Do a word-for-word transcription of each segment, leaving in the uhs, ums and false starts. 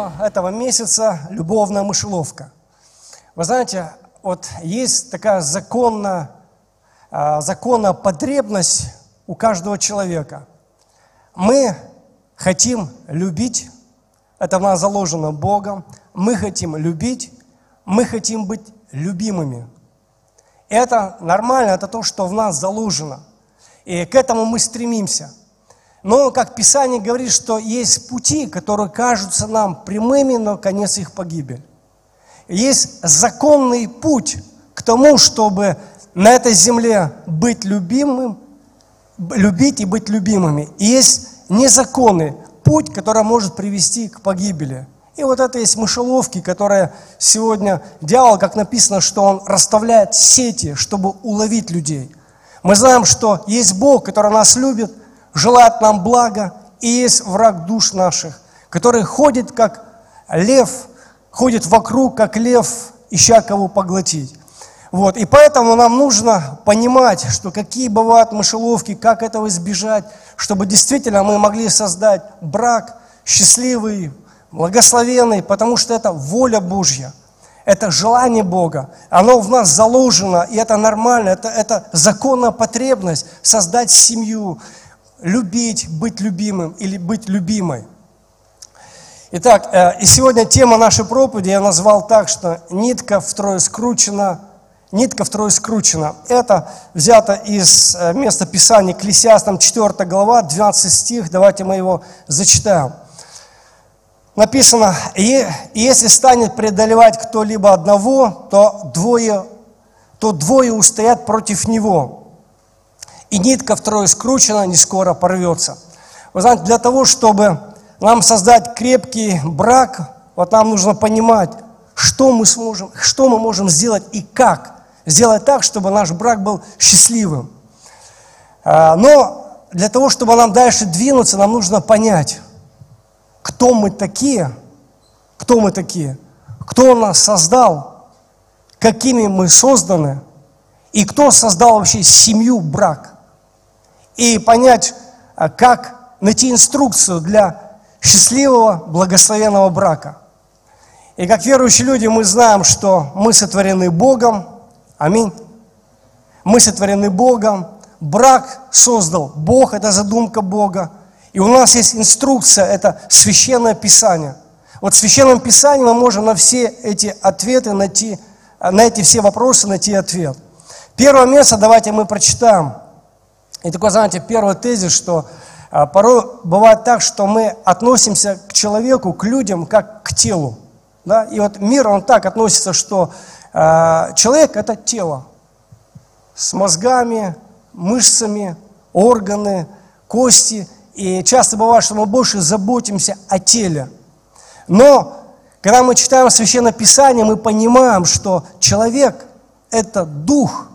Тема этого месяца – любовная мышеловка. Вы знаете, вот есть такая законная, законная потребность у каждого человека. Мы хотим любить, это в нас заложено Богом, мы хотим любить, мы хотим быть любимыми. Это нормально, это то, что в нас заложено. И к этому мы стремимся. Но, как Писание говорит, что есть пути, которые кажутся нам прямыми, но конец их погибель. Есть законный путь к тому, чтобы на этой земле быть любимым, любить и быть любимыми. И есть незаконный путь, который может привести к погибели. И вот это есть мышеловки, которые сегодня дьявол, как написано, что он расставляет сети, чтобы уловить людей. Мы знаем, что есть Бог, который нас любит, желает нам блага, и есть враг душ наших, который ходит как лев, ходит вокруг, как лев, ища кого поглотить. Вот. И поэтому нам нужно понимать, что какие бывают мышеловки, как этого избежать, чтобы действительно мы могли создать брак счастливый, благословенный, потому что это воля Божья. Это желание Бога, оно в нас заложено, и это нормально, это, это законная потребность создать семью, любить, быть любимым или быть любимой. Итак, э, и сегодня тема нашей проповеди я назвал так, что «Нитка втрое скручена». Нитка втрое скручена. Это взято из э, места Писания Екклесиастам, четвёртая глава, двенадцатый стих. Давайте мы его зачитаем. Написано: «И если станет преодолевать кто-либо одного, то двое, то двое устоят против него. И нитка втрое скручена, не скоро порвется». Вы знаете, для того, чтобы нам создать крепкий брак, вот нам нужно понимать, что мы сможем, что мы можем сделать и как сделать так, чтобы наш брак был счастливым. Но для того, чтобы нам дальше двинуться, нам нужно понять, кто мы такие, кто мы такие, кто нас создал, какими мы созданы, и кто создал вообще семью, брак. И понять, как найти инструкцию для счастливого, благословенного брака. И как верующие люди мы знаем, что мы сотворены Богом. Аминь. Мы сотворены Богом. Брак создал Бог, это задумка Бога. И у нас есть инструкция, это Священное Писание. Вот в Священном Писании мы можем на все эти ответы найти, на эти все вопросы найти ответ. Первое место давайте мы прочитаем. И такой, знаете, первый тезис, что а, порой бывает так, что мы относимся к человеку, к людям, как к телу. Да? И вот мир, он так относится, что а, человек – это тело. С мозгами, мышцами, органы, кости. И часто бывает, что мы больше заботимся о теле. Но, когда мы читаем Священное Писание, мы понимаем, что человек – это дух,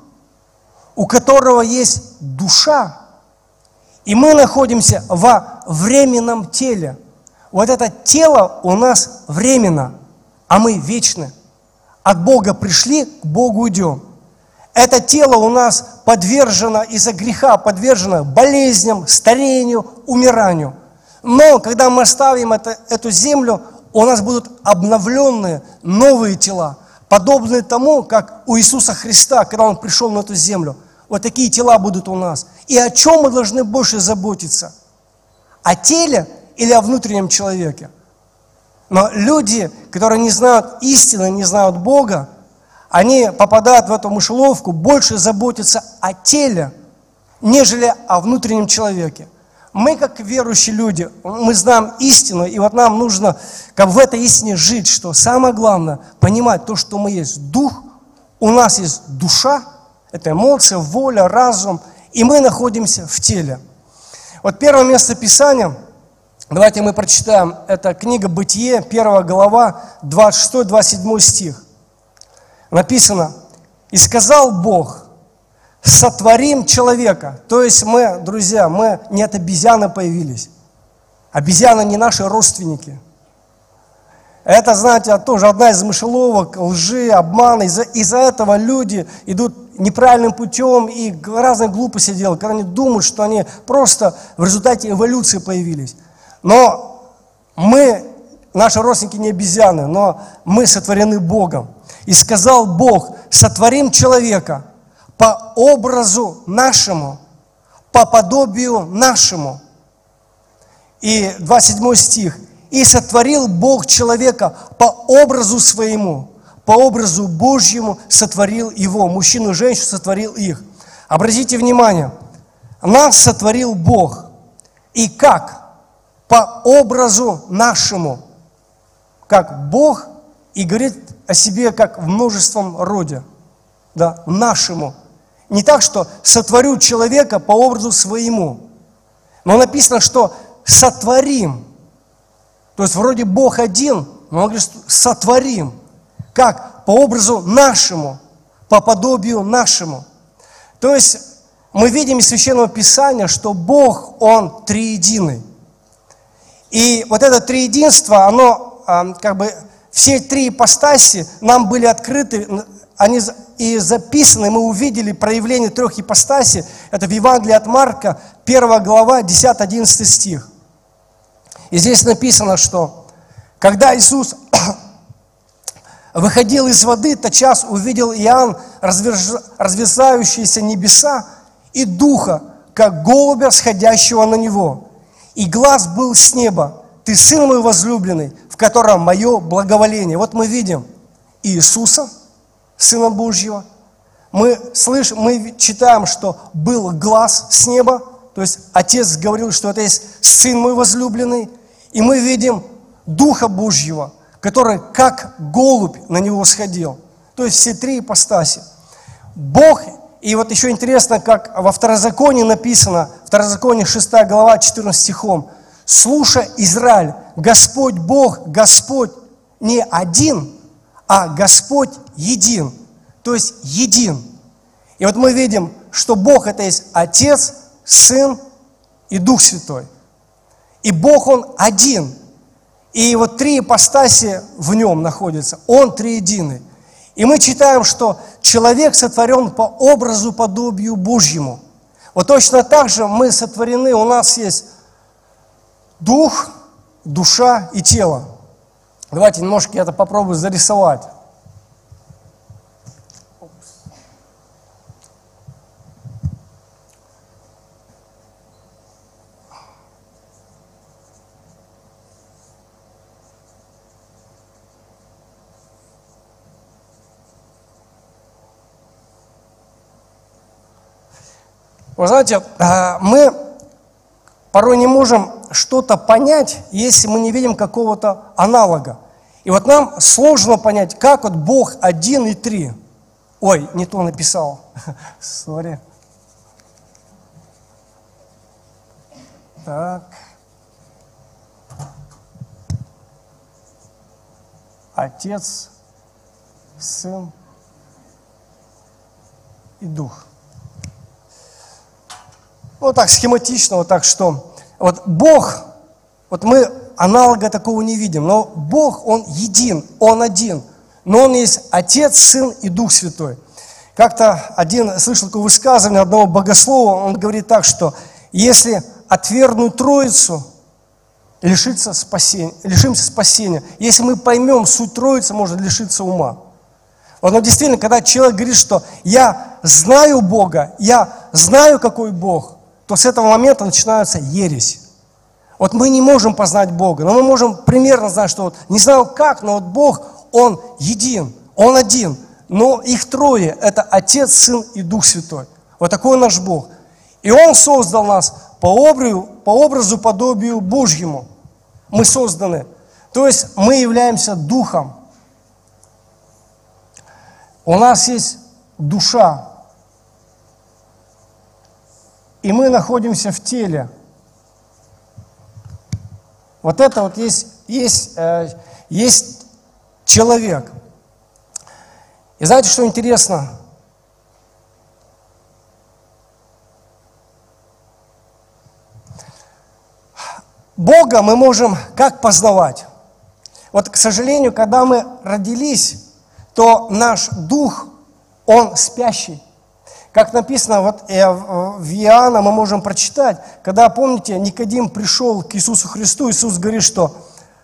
у которого есть душа, и мы находимся во временном теле. Вот это тело у нас временно, а мы вечны. От Бога пришли, к Богу идем. Это тело у нас подвержено из-за греха, подвержено болезням, старению, умиранию. Но когда мы оставим это, эту землю, у нас будут обновленные новые тела, подобные тому, как у Иисуса Христа, когда Он пришел на эту землю. Вот такие тела будут у нас. И о чем мы должны больше заботиться? О теле или о внутреннем человеке? Но люди, которые не знают истины, не знают Бога, они попадают в эту мышеловку, больше заботятся о теле, нежели о внутреннем человеке. Мы, как верующие люди, мы знаем истину, и вот нам нужно как в этой истине жить, что самое главное, понимать то, что мы есть дух, у нас есть душа, это эмоция, воля, разум, и мы находимся в теле. Вот первое место Писания, давайте мы прочитаем, это книга Бытие, первая глава, двадцать шестой двадцать седьмой стих. Написано: «И сказал Бог, сотворим человека». То есть мы, друзья, мы не от обезьяны появились. Обезьяны не наши родственники. Это, знаете, тоже одна из мышеловок, лжи, обмана. Из-за, из-за этого люди идут неправильным путем и разные глупости делают, когда они думают, что они просто в результате эволюции появились. Но мы наши родственники не обезьяны, но мы сотворены Богом. И сказал Бог: сотворим человека по образу нашему, по подобию нашему. И двадцать седьмой стих. И сотворил Бог человека по образу своему, по образу Божьему сотворил его. Мужчину и женщину сотворил их. Обратите внимание, нас сотворил Бог. И как? По образу нашему. Как Бог и говорит о себе как в множественном роде. Да, нашему. Не так, что сотворю человека по образу своему. Но написано, что сотворим. То есть вроде Бог один, но он говорит, что сотворим. Как? По образу нашему, по подобию нашему. То есть мы видим из Священного Писания, что Бог, Он триединый. И вот это триединство, оно как бы, все три ипостаси нам были открыты, они и записаны, мы увидели проявление трех ипостасей. Это в Евангелии от Марка, первая глава, десятый-одиннадцатый стих. И здесь написано, что когда Иисус выходил из воды, тотчас увидел Иоанн разверзающиеся небеса и духа, как голубя, сходящего на него. И глас был с неба: «Ты Сын мой возлюбленный, в котором мое благоволение». Вот мы видим Иисуса, Сына Божьего. Мы слышим, мы читаем, что был глас с неба, то есть Отец говорил, что это есть Сын мой возлюбленный. И мы видим Духа Божьего, который как голубь на него сходил. То есть все три ипостаси. Бог, и вот еще интересно, как во Второзаконии написано, Второзаконие шестая глава, четырнадцатым стихом: «Слушай, Израиль, Господь Бог, Господь не один, а Господь един». То есть един. И вот мы видим, что Бог это есть Отец, Сын и Дух Святой. И Бог, Он один. И вот три ипостаси в Нем находятся. Он триединый. И мы читаем, что человек сотворен по образу, подобию Божьему. Вот точно так же мы сотворены, у нас есть дух, душа и тело. Давайте немножко я это попробую зарисовать. Вы знаете, мы порой не можем что-то понять, если мы не видим какого-то аналога. И вот нам сложно понять, как вот Бог один и три. Ой, не то написал. Сори. Так. Отец, Сын и Дух. Вот так схематично, вот так что. Вот Бог, вот мы аналога такого не видим, но Бог, Он един, Он один. Но Он есть Отец, Сын и Дух Святой. Как-то один, слышал такое высказывание одного богослова, он говорит так, что если отвергнуть Троицу, лишиться спасения, лишимся спасения. Если мы поймем суть Троицы, можно лишиться ума. Вот, но действительно, когда человек говорит, что я знаю Бога, я знаю, какой Бог, то с этого момента начинается ересь. Вот мы не можем познать Бога, но мы можем примерно знать, что вот, не знаю как, но вот Бог, Он един, Он один. Но их трое – это Отец, Сын и Дух Святой. Вот такой наш Бог. И Он создал нас по образу, по образу, подобию Божьему. Мы созданы. То есть мы являемся Духом. У нас есть душа. И мы находимся в теле. Вот это вот есть, есть, э, есть человек. И знаете, что интересно? Бога мы можем как познавать? Вот, к сожалению, когда мы родились, то наш дух, он спящий. Как написано вот в Иоанна, мы можем прочитать, когда, помните, Никодим пришел к Иисусу Христу, Иисус говорит, что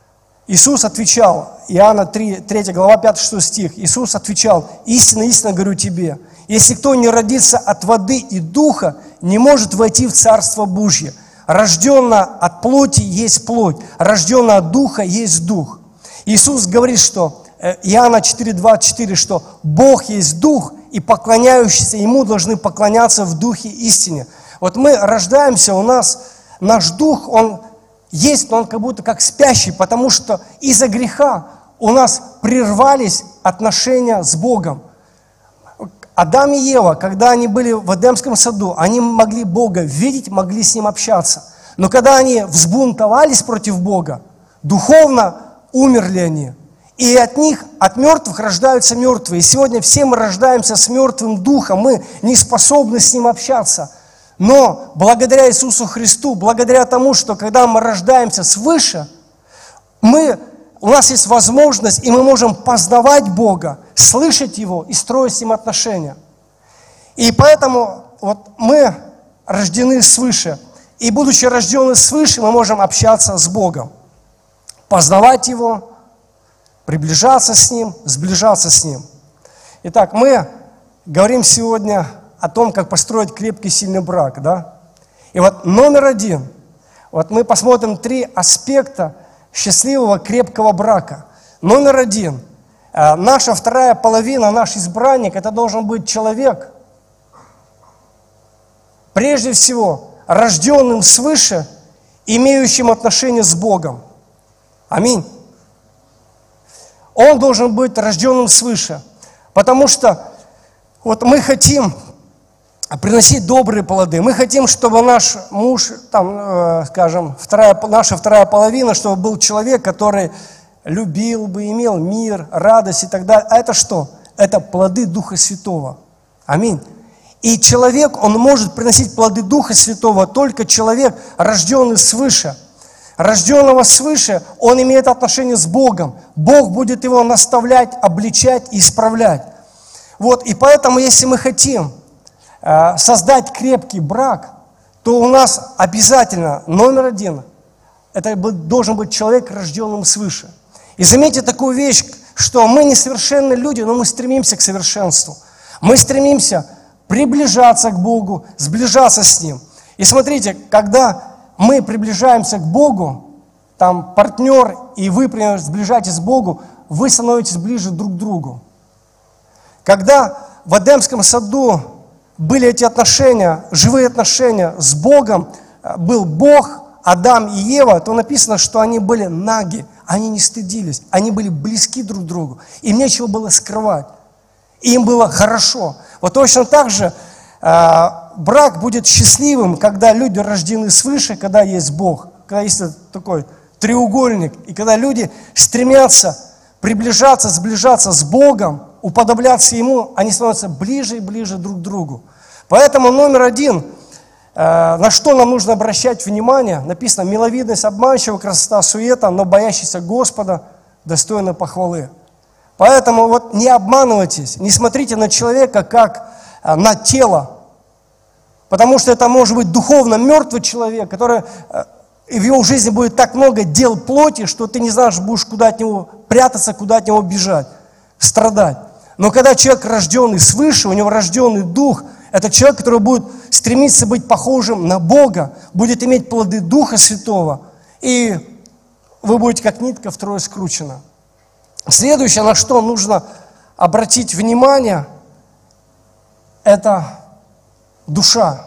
Иисус отвечал, Иоанна три, третья глава, пятый-шестой стих, Иисус отвечал: «Истинно, истинно говорю тебе, если кто не родится от воды и духа, не может войти в Царство Божье. Рожденное от плоти есть плоть, рожденное от духа есть дух». Иисус говорит, что, Иоанна четыре, двадцать четыре, что Бог есть дух, и поклоняющиеся Ему должны поклоняться в духе истине. Вот мы рождаемся, у нас наш дух, он есть, но он как будто как спящий, потому что из-за греха у нас прервались отношения с Богом. Адам и Ева, когда они были в Эдемском саду, они могли Бога видеть, могли с Ним общаться. Но когда они взбунтовались против Бога, духовно умерли они. И от них, от мертвых рождаются мертвые. И сегодня все мы рождаемся с мертвым духом, мы не способны с Ним общаться. Но благодаря Иисусу Христу, благодаря тому, что когда мы рождаемся свыше, мы, у нас есть возможность, и мы можем познавать Бога, слышать Его и строить с Ним отношения. И поэтому вот мы рождены свыше. И будучи рождены свыше, мы можем общаться с Богом, познавать Его, приближаться с Ним, сближаться с Ним. Итак, мы говорим сегодня о том, как построить крепкий, сильный брак, да? И вот номер один, вот мы посмотрим три аспекта счастливого, крепкого брака. Номер один, наша вторая половина, наш избранник, это должен быть человек, прежде всего, рожденным свыше, имеющим отношение с Богом. Аминь. Он должен быть рожденным свыше, потому что вот мы хотим приносить добрые плоды. Мы хотим, чтобы наш муж, там, э, скажем, вторая, наша вторая половина, чтобы был человек, который любил бы, имел мир, радость и так далее. А это что? Это плоды Духа Святого. Аминь. И человек, он может приносить плоды Духа Святого, только человек, рожденный свыше. Рожденного свыше, он имеет отношение с Богом. Бог будет его наставлять, обличать и исправлять. Вот, и поэтому, если мы хотим создать крепкий брак, то у нас обязательно номер один, это должен быть человек, рожденным свыше. И заметьте такую вещь, что мы несовершенные люди, но мы стремимся к совершенству. Мы стремимся приближаться к Богу, сближаться с Ним. И смотрите, когда мы приближаемся к Богу, там партнер, и вы, например, сближаетесь с Богу, вы становитесь ближе друг к другу. Когда в Эдемском саду были эти отношения, живые отношения с Богом, был Бог, Адам и Ева, то написано, что они были наги, они не стыдились, они были близки друг к другу, им нечего было скрывать, им было хорошо. Вот точно так же э, брак будет счастливым, когда люди рождены свыше, когда есть Бог, когда есть такой треугольник, и когда люди стремятся приближаться, сближаться с Богом, уподобляться Ему, они становятся ближе и ближе друг к другу. Поэтому номер один, э, на что нам нужно обращать внимание, написано: миловидность обманчива, красота суета, но боящийся Господа достойна похвалы. Поэтому вот не обманывайтесь, не смотрите на человека как э, на тело, потому что это может быть духовно мертвый человек, который э, в его жизни будет так много дел плоти, что ты не знаешь, будешь куда от него прятаться, куда от него бежать, страдать. Но когда человек рожденный свыше, у него рожденный дух, это человек, который будет стремиться быть похожим на Бога, будет иметь плоды Духа Святого, и вы будете как нитка втрое скручена. Следующее, на что нужно обратить внимание, это душа.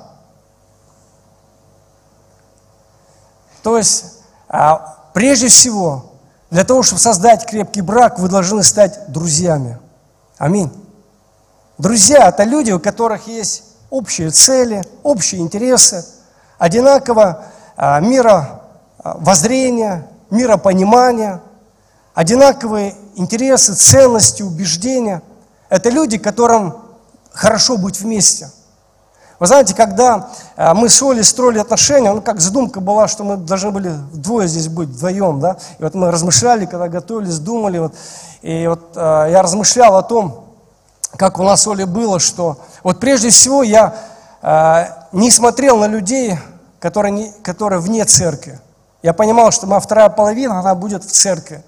То есть, прежде всего, для того, чтобы создать крепкий брак, вы должны стать друзьями. Аминь. Друзья – это люди, у которых есть общие цели, общие интересы, одинаково мировоззрение, миропонимание, одинаковые интересы, ценности, убеждения. Это люди, которым хорошо быть вместе. Вы знаете, когда мы с Олей строили отношения, ну как задумка была, что мы должны были вдвое здесь быть, вдвоем, да? И вот мы размышляли, когда готовились, думали, вот, и вот э, я размышлял о том, как у нас с Олей было, что вот прежде всего я э, не смотрел на людей, которые, не, которые вне церкви. Я понимал, что моя вторая половина, она будет в церкви.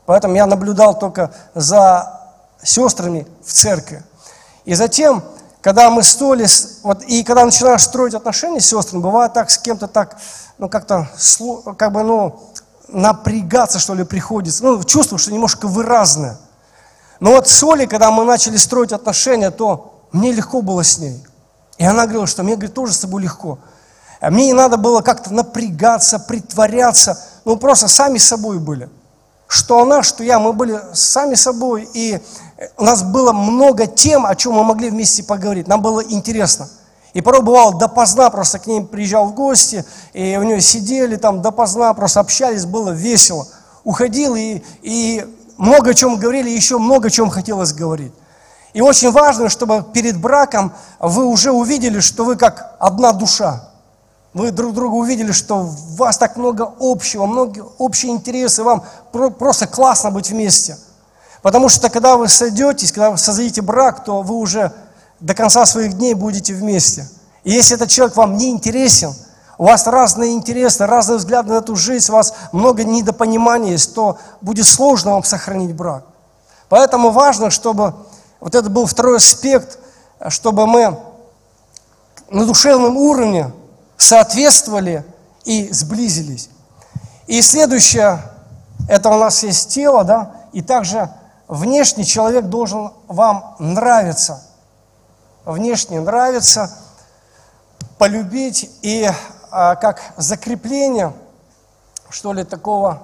Поэтому я наблюдал только за сестрами в церкви. И затем, когда мы строили, вот, и когда начинаешь строить отношения с сестрами, бывает так, с кем-то так, ну, как-то, как бы, ну, напрягаться, что ли, приходится. Ну, чувствую, что немножко вы разные. Но вот с Олей, когда мы начали строить отношения, то мне легко было с ней. И она говорила, что мне, говорит, тоже с тобой легко. Мне не надо было как-то напрягаться, притворяться. Ну, просто сами собой были. Что она, что я, мы были сами собой. И у нас было много тем, о чем мы могли вместе поговорить. Нам было интересно. И порой бывало допоздна, просто к ней приезжал в гости, и у нее сидели там допоздна, просто общались, было весело. Уходил, и, и много о чем говорили, еще много о чем хотелось говорить. И очень важно, чтобы перед браком вы уже увидели, что вы как одна душа. Вы друг друга увидели, что у вас так много общего, много общие интересы, вам про- просто классно быть вместе. Потому что когда вы сойдетесь, когда вы создадите брак, то вы уже до конца своих дней будете вместе. И если этот человек вам не интересен, у вас разные интересы, разные взгляды на эту жизнь, у вас много недопонимания есть, то будет сложно вам сохранить брак. Поэтому важно, чтобы вот это был второй аспект, чтобы мы на душевном уровне соответствовали и сблизились. И следующее, это у нас есть тело, да, и также внешний человек должен вам нравиться. Внешне нравится, полюбить, и а, как закрепление, что ли, такого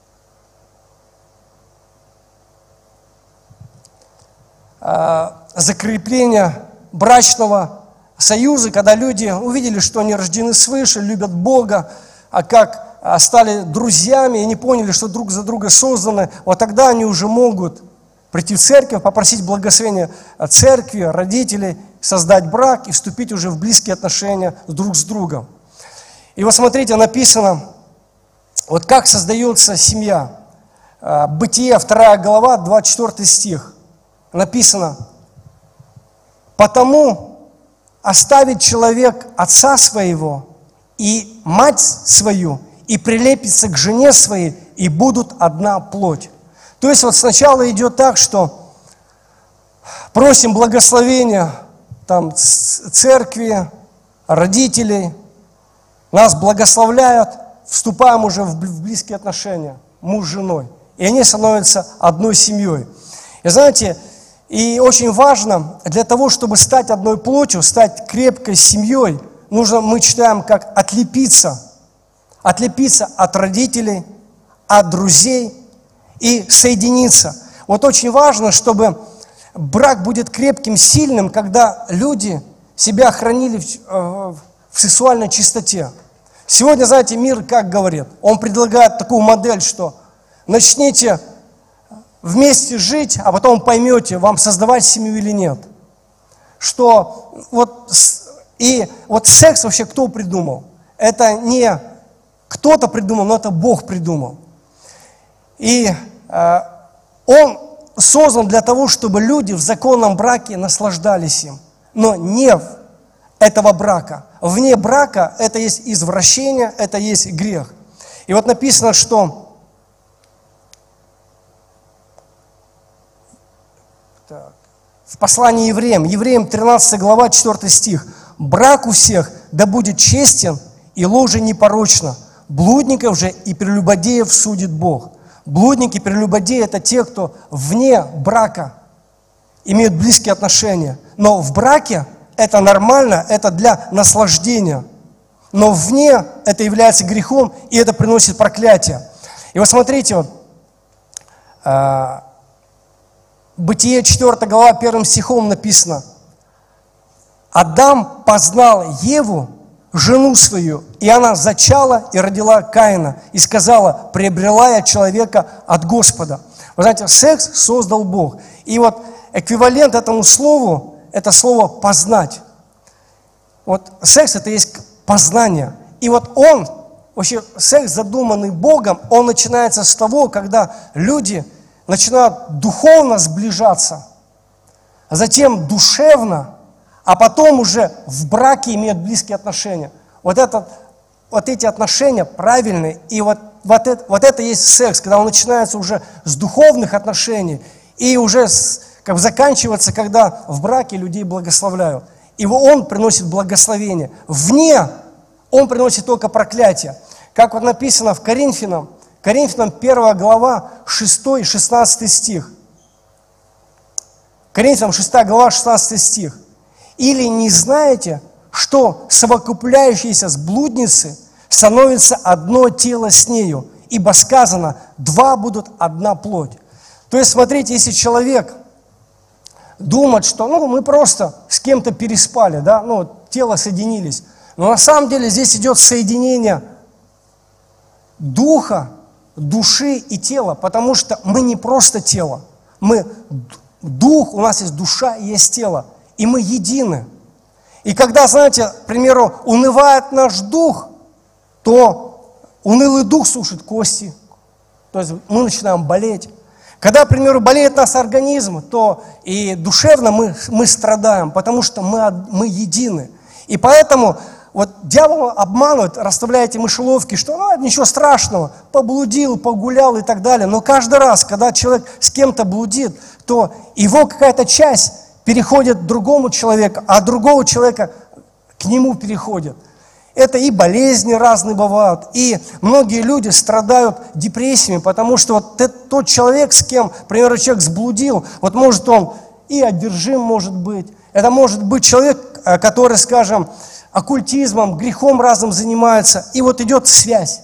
а, закрепление брачного союза, когда люди увидели, что они рождены свыше, любят Бога, а как а, стали друзьями и не поняли, что друг за друга созданы, вот тогда они уже могут прийти в церковь, попросить благословения церкви, родителей, создать брак и вступить уже в близкие отношения друг с другом. И вот смотрите, написано, вот как создается семья. Бытие, вторая глава, двадцать четвёртый стих. Написано: «Потому оставит человек отца своего и мать свою, и прилепится к жене своей, и будут одна плоть». То есть вот сначала идет так, что просим благословения там, церкви, родителей, нас благословляют, вступаем уже в близкие отношения, муж с женой. И они становятся одной семьей. И знаете, и очень важно, для того, чтобы стать одной плотью, стать крепкой семьей, нужно, мы читаем, как отлепиться, отлепиться от родителей, от друзей, и соединиться. Вот очень важно, чтобы брак будет крепким, сильным, когда люди себя хранили в, в сексуальной чистоте. Сегодня, знаете, мир как говорит? Он предлагает такую модель, что начните вместе жить, а потом поймете, вам создавать семью или нет. Что вот, и вот секс вообще кто придумал? Это не кто-то придумал, но это Бог придумал. И э, он создан для того, чтобы люди в законном браке наслаждались им. Но не в этого брака. Вне брака это есть извращение, это есть грех. И вот написано, что так, в послании евреям, евреям тринадцатая глава, четвёртый стих. «Брак у всех да будет честен, и ложе непорочно. Блудников же и прелюбодеев судит Бог». Блудники, прелюбодеи – это те, кто вне брака имеют близкие отношения. Но в браке это нормально, это для наслаждения. Но вне это является грехом, и это приносит проклятие. И вот смотрите, вот, э, Бытие четвёртая глава, первым стихом написано: «Адам познал Еву, жену свою, и она зачала и родила Каина, и сказала: приобрела я человека от Господа». Вы знаете, секс создал Бог. И вот эквивалент этому слову, это слово «познать». Вот секс – это есть познание. И вот он, вообще секс, задуманный Богом, он начинается с того, когда люди начинают духовно сближаться, а затем душевно, а потом уже в браке имеют близкие отношения. Вот, этот, вот эти отношения правильные, и вот вот это, вот это есть секс, когда он начинается уже с духовных отношений и уже с, как бы заканчивается, когда в браке людей благословляют. И он приносит благословение. Вне он приносит только проклятие. Как вот написано в Коринфянам, Коринфянам первая глава, шестой и шестнадцатый стих. Коринфянам шестая глава, шестнадцатый стих. «Или не знаете, что совокупляющиеся с блудницей становится одно тело с нею, ибо сказано, два будут одна плоть». То есть, смотрите, если человек думает, что ну, мы просто с кем-то переспали, да, ну, тело соединились, но на самом деле здесь идет соединение духа, души и тела, потому что мы не просто тело, мы дух, у нас есть душа и есть тело, и мы едины. И когда, знаете, к примеру, унывает наш дух, то унылый дух сушит кости, то есть мы начинаем болеть. Когда, к примеру, болеет наш организм, то и душевно мы, мы страдаем, потому что мы, мы едины. И поэтому вот дьявол обманывает, расставляя эти мышеловки, что ну, ничего страшного, поблудил, погулял и так далее. Но каждый раз, когда человек с кем-то блудит, то его какая-то часть переходит к другому человеку, а другого человека к нему переходит. Это и болезни разные бывают, и многие люди страдают депрессиями, потому что вот этот, тот человек, с кем, к примеру, человек сблудил, вот может он и одержим может быть, это может быть человек, который, скажем, оккультизмом, грехом разным занимается, и вот идет связь.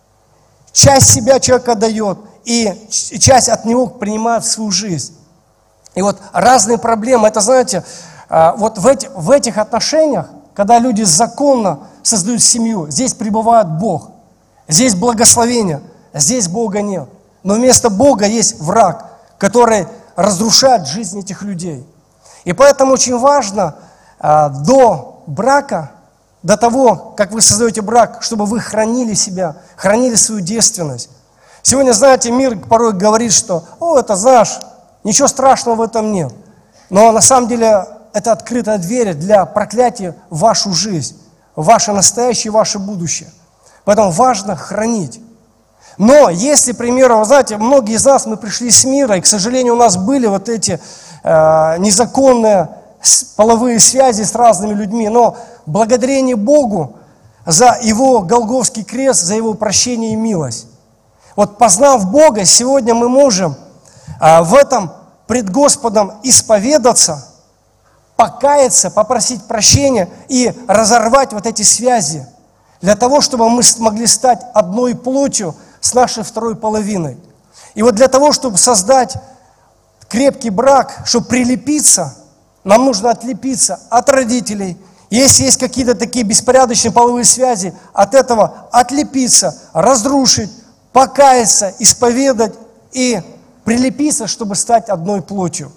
Часть себя человек отдает, и часть от него принимает в свою жизнь. И вот разные проблемы, это, знаете, вот в, эти, в этих отношениях, когда люди законно создают семью, здесь пребывает Бог, здесь благословение, здесь Бога нет. Но вместо Бога есть враг, который разрушает жизнь этих людей. И поэтому очень важно а, до брака, до того, как вы создаете брак, чтобы вы хранили себя, хранили свою девственность. Сегодня, знаете, мир порой говорит, что, о, это, знаешь, ничего страшного в этом нет. Но на самом деле это открытая дверь для проклятия в вашу жизнь, в ваше настоящее, в ваше будущее. Поэтому важно хранить. Но если, к примеру, вы знаете, многие из нас, мы пришли с мира, и, к сожалению, у нас были вот эти э, незаконные половые связи с разными людьми, но благодарение Богу за Его Голгофский крест, за Его прощение и милость. Вот познав Бога, сегодня мы можем э, в этом пред Господом исповедаться, покаяться, попросить прощения и разорвать вот эти связи, для того, чтобы мы смогли стать одной плотью с нашей второй половиной. И вот для того, чтобы создать крепкий брак, чтобы прилепиться, нам нужно отлепиться от родителей. Если есть какие-то такие беспорядочные половые связи, от этого отлепиться, разрушить, покаяться, исповедать и прилепиться, чтобы стать одной плотью.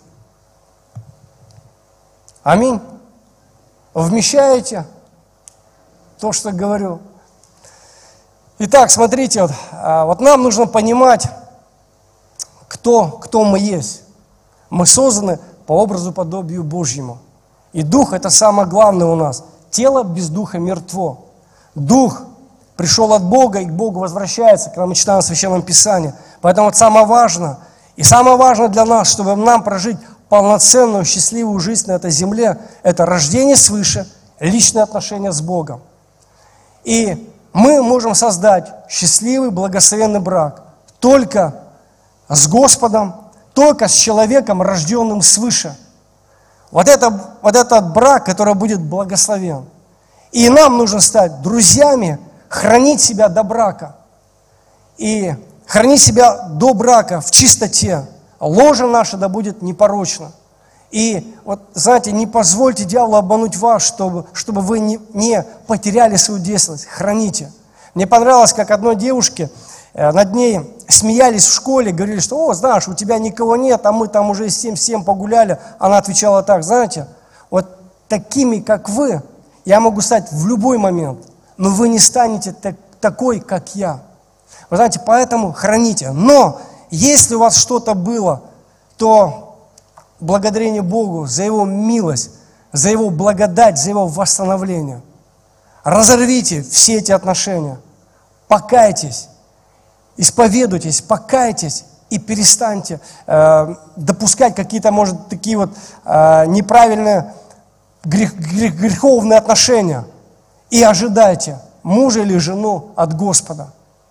Аминь. Вмещаете то, что говорю? Итак, смотрите, вот, вот нам нужно понимать, кто, кто мы есть. Мы созданы по образу подобию Божьему. И Дух – это самое главное у нас. Тело без Духа мертво. Дух пришел от Бога и к Богу возвращается, когда мы читаем в Священном Писании. Поэтому вот самое важное, и самое важное для нас, чтобы нам прожить полноценную, счастливую жизнь на этой земле, это рождение свыше, личные отношения с Богом. И мы можем создать счастливый, благословенный брак только с Господом, только с человеком, рожденным свыше. Вот, это, вот этот брак, который будет благословен. И нам нужно стать друзьями, хранить себя до брака. И хранить себя до брака в чистоте. Ложа наша да будет непорочна. И вот, знаете, не позвольте дьяволу обмануть вас, чтобы, чтобы вы не, не потеряли свою девственность. Храните. Мне понравилось, как одной девушке, э, над ней смеялись в школе, говорили, что, о, знаешь, у тебя никого нет, а мы там уже с тем, с тем погуляли. Она отвечала так, знаете, вот такими, как вы, я могу стать в любой момент, но вы не станете так, такой, как я. Вы знаете, поэтому храните. Но если у вас что-то было, то благодарение Богу за Его милость, за Его благодать, за Его восстановление. Разорвите все эти отношения, покайтесь исповедуйтесь, покайтесь и перестаньте э, допускать какие-то, может, такие вот э, неправильные грех, грех, греховные отношения. И ожидайте мужа или жену от Господа.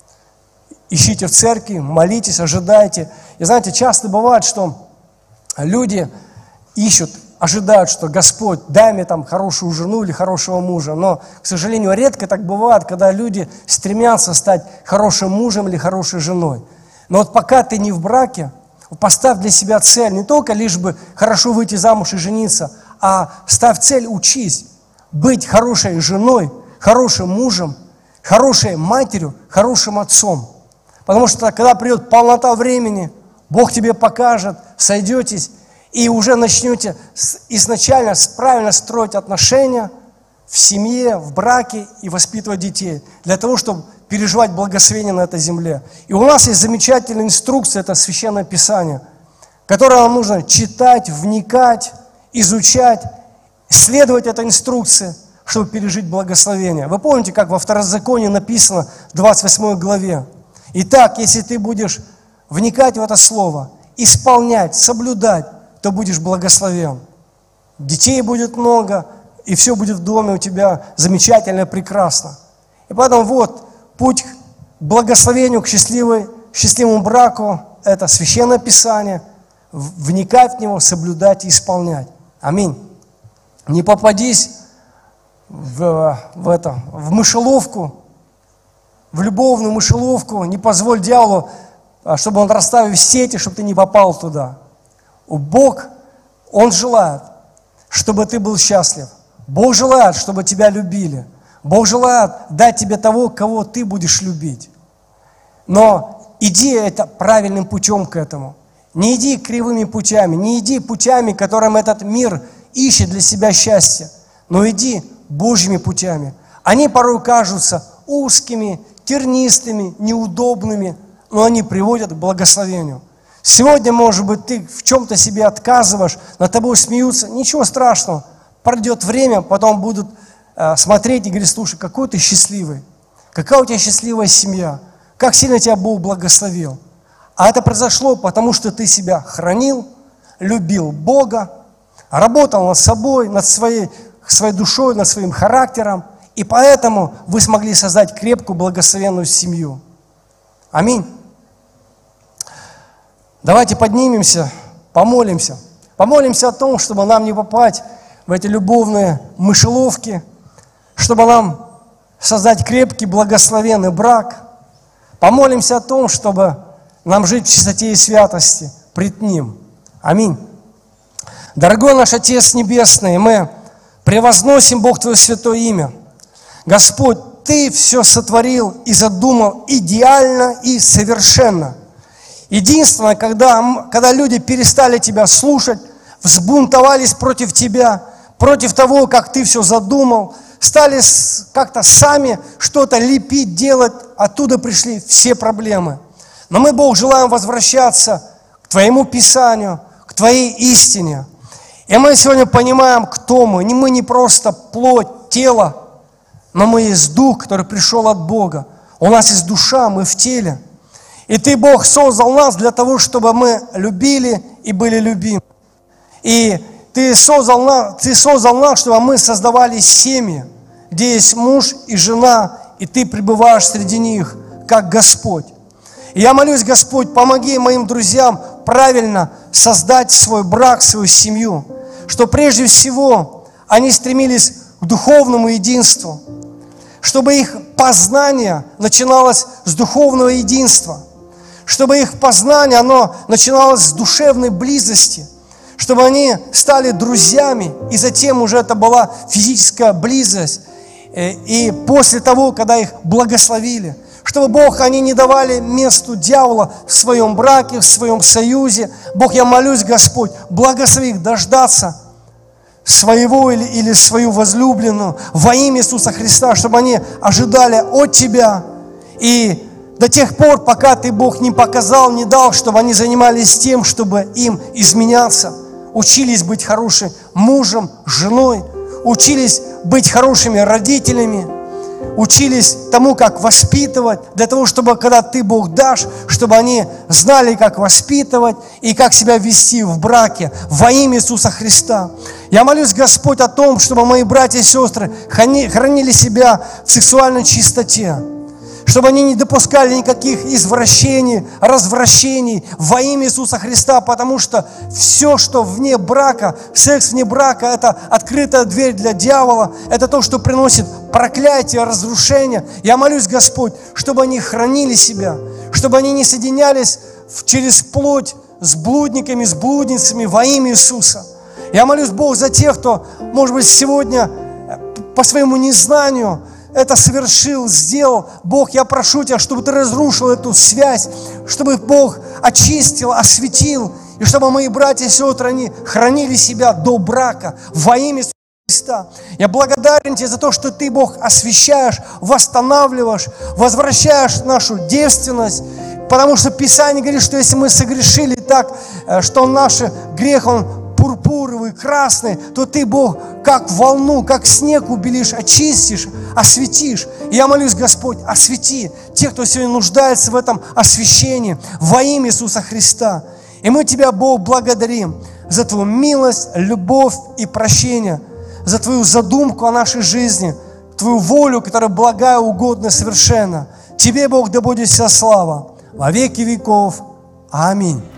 Ищите в церкви, молитесь, ожидайте. И знаете, часто бывает, что люди ищут, ожидают, что Господь, дай мне там хорошую жену или хорошего мужа. Но, к сожалению, редко так бывает, когда люди стремятся стать хорошим мужем или хорошей женой. Но вот пока ты не в браке, поставь для себя цель, не только лишь бы хорошо выйти замуж и жениться, а ставь цель, учись быть хорошей женой, хорошим мужем, хорошей матерью, хорошим отцом. Потому что когда придет полнота времени, Бог тебе покажет, сойдетесь, и уже начнете изначально правильно строить отношения в семье, в браке и воспитывать детей, для того, чтобы переживать благословение на этой земле. И у нас есть замечательная инструкция, это Священное Писание, которое нам нужно читать, вникать, изучать, следовать этой инструкции, чтобы пережить благословение. Вы помните, как во Второзаконии написано в двадцать восьмой главе? Итак, если ты будешь вникать в это слово, исполнять, соблюдать, то будешь благословен. Детей будет много, и все будет в доме у тебя замечательно, прекрасно. И поэтому вот путь к благословению, к счастливой, счастливому браку – это Священное Писание, вникать в него, соблюдать и исполнять. Аминь. Не попадись в, в, это, в мышеловку, в любовную мышеловку, не позволь дьяволу, чтобы он расставил сети, чтобы ты не попал туда. Бог, Он желает, чтобы ты был счастлив. Бог желает, чтобы тебя любили. Бог желает дать тебе того, кого ты будешь любить. Но иди это правильным путем к этому. Не иди кривыми путями, не иди путями, которым этот мир ищет для себя счастье, но иди Божьими путями. Они порой кажутся узкими, тернистыми, неудобными, но они приводят к благословению. Сегодня, может быть, ты в чем-то себе отказываешь, над тобой смеются, ничего страшного. Пройдет время, потом будут э, смотреть и говорить: слушай, какой ты счастливый, какая у тебя счастливая семья, как сильно тебя Бог благословил. А это произошло, потому что ты себя хранил, любил Бога, работал над собой, над своей, своей душой, над своим характером, и поэтому вы смогли создать крепкую, благословенную семью. Аминь. Давайте поднимемся, помолимся. Помолимся о том, чтобы нам не попасть в эти любовные мышеловки, чтобы нам создать крепкий, благословенный брак. Помолимся о том, чтобы нам жить в чистоте и святости пред Ним. Аминь. Дорогой наш Отец Небесный, мы превозносим, Бог, Твое святое имя. Господь, Ты все сотворил и задумал идеально и совершенно. Единственное, когда, когда люди перестали Тебя слушать, взбунтовались против Тебя, против того, как Ты все задумал, стали как-то сами что-то лепить, делать, оттуда пришли все проблемы. Но мы, Бог, желаем возвращаться к Твоему Писанию, к Твоей истине. И мы сегодня понимаем, кто мы. Мы не просто плоть, тело, но мы есть Дух, который пришел от Бога. У нас есть душа, мы в теле. И Ты, Бог, создал нас для того, чтобы мы любили и были любимы. И Ты создал нас, Ты создал нас, чтобы мы создавали семьи, где есть муж и жена, и Ты пребываешь среди них, как Господь. И я молюсь, Господь, помоги моим друзьям правильно создать свой брак, свою семью, что прежде всего они стремились к духовному единству, чтобы их познание начиналось с духовного единства, чтобы их познание, оно начиналось с душевной близости, чтобы они стали друзьями, и затем уже это была физическая близость. И после того, когда их благословили, чтобы, Бог, они не давали месту дьявола в своем браке, в своем союзе. Бог, я молюсь, Господь, благослови их дождаться своего или, или свою возлюбленную во имя Иисуса Христа, чтобы они ожидали от Тебя. И до тех пор, пока Ты, Бог, не показал, не дал, чтобы они занимались тем, чтобы им изменяться, учились быть хорошим мужем, женой, учились быть хорошими родителями, учились тому, как воспитывать, для того, чтобы, когда Ты, Бог, дашь, чтобы они знали, как воспитывать и как себя вести в браке во имя Иисуса Христа. Я молюсь, Господь, о том, чтобы мои братья и сестры хранили себя в сексуальной чистоте, чтобы они не допускали никаких извращений, развращений во имя Иисуса Христа, потому что все, что вне брака, секс вне брака, это открытая дверь для дьявола, это то, что приносит проклятие, разрушение. Я молюсь, Господь, чтобы они хранили себя, чтобы они не соединялись через плоть с блудниками, с блудницами во имя Иисуса. Я молюсь, Бог, за тех, кто, может быть, сегодня по своему незнанию это совершил, сделал. Бог, я прошу Тебя, чтобы Ты разрушил эту связь, чтобы Бог очистил, осветил, и чтобы мои братья и сестры, они хранили себя до брака во имя Иисуса Христа. Я благодарен Тебе за то, что Ты, Бог, освящаешь, восстанавливаешь, возвращаешь нашу девственность, потому что Писание говорит, что если мы согрешили так, что наш грех, он пурпуровый, красный, то Ты, Бог, как волну, как снег убелишь, очистишь, осветишь. И я молюсь, Господь, освети тех, кто сегодня нуждается в этом освящении во имя Иисуса Христа. И мы Тебя, Бог, благодарим за Твою милость, любовь и прощение, за Твою задумку о нашей жизни, Твою волю, которая благая, угодная, совершенна. Тебе, Бог, да будет вся слава во веки веков. Аминь.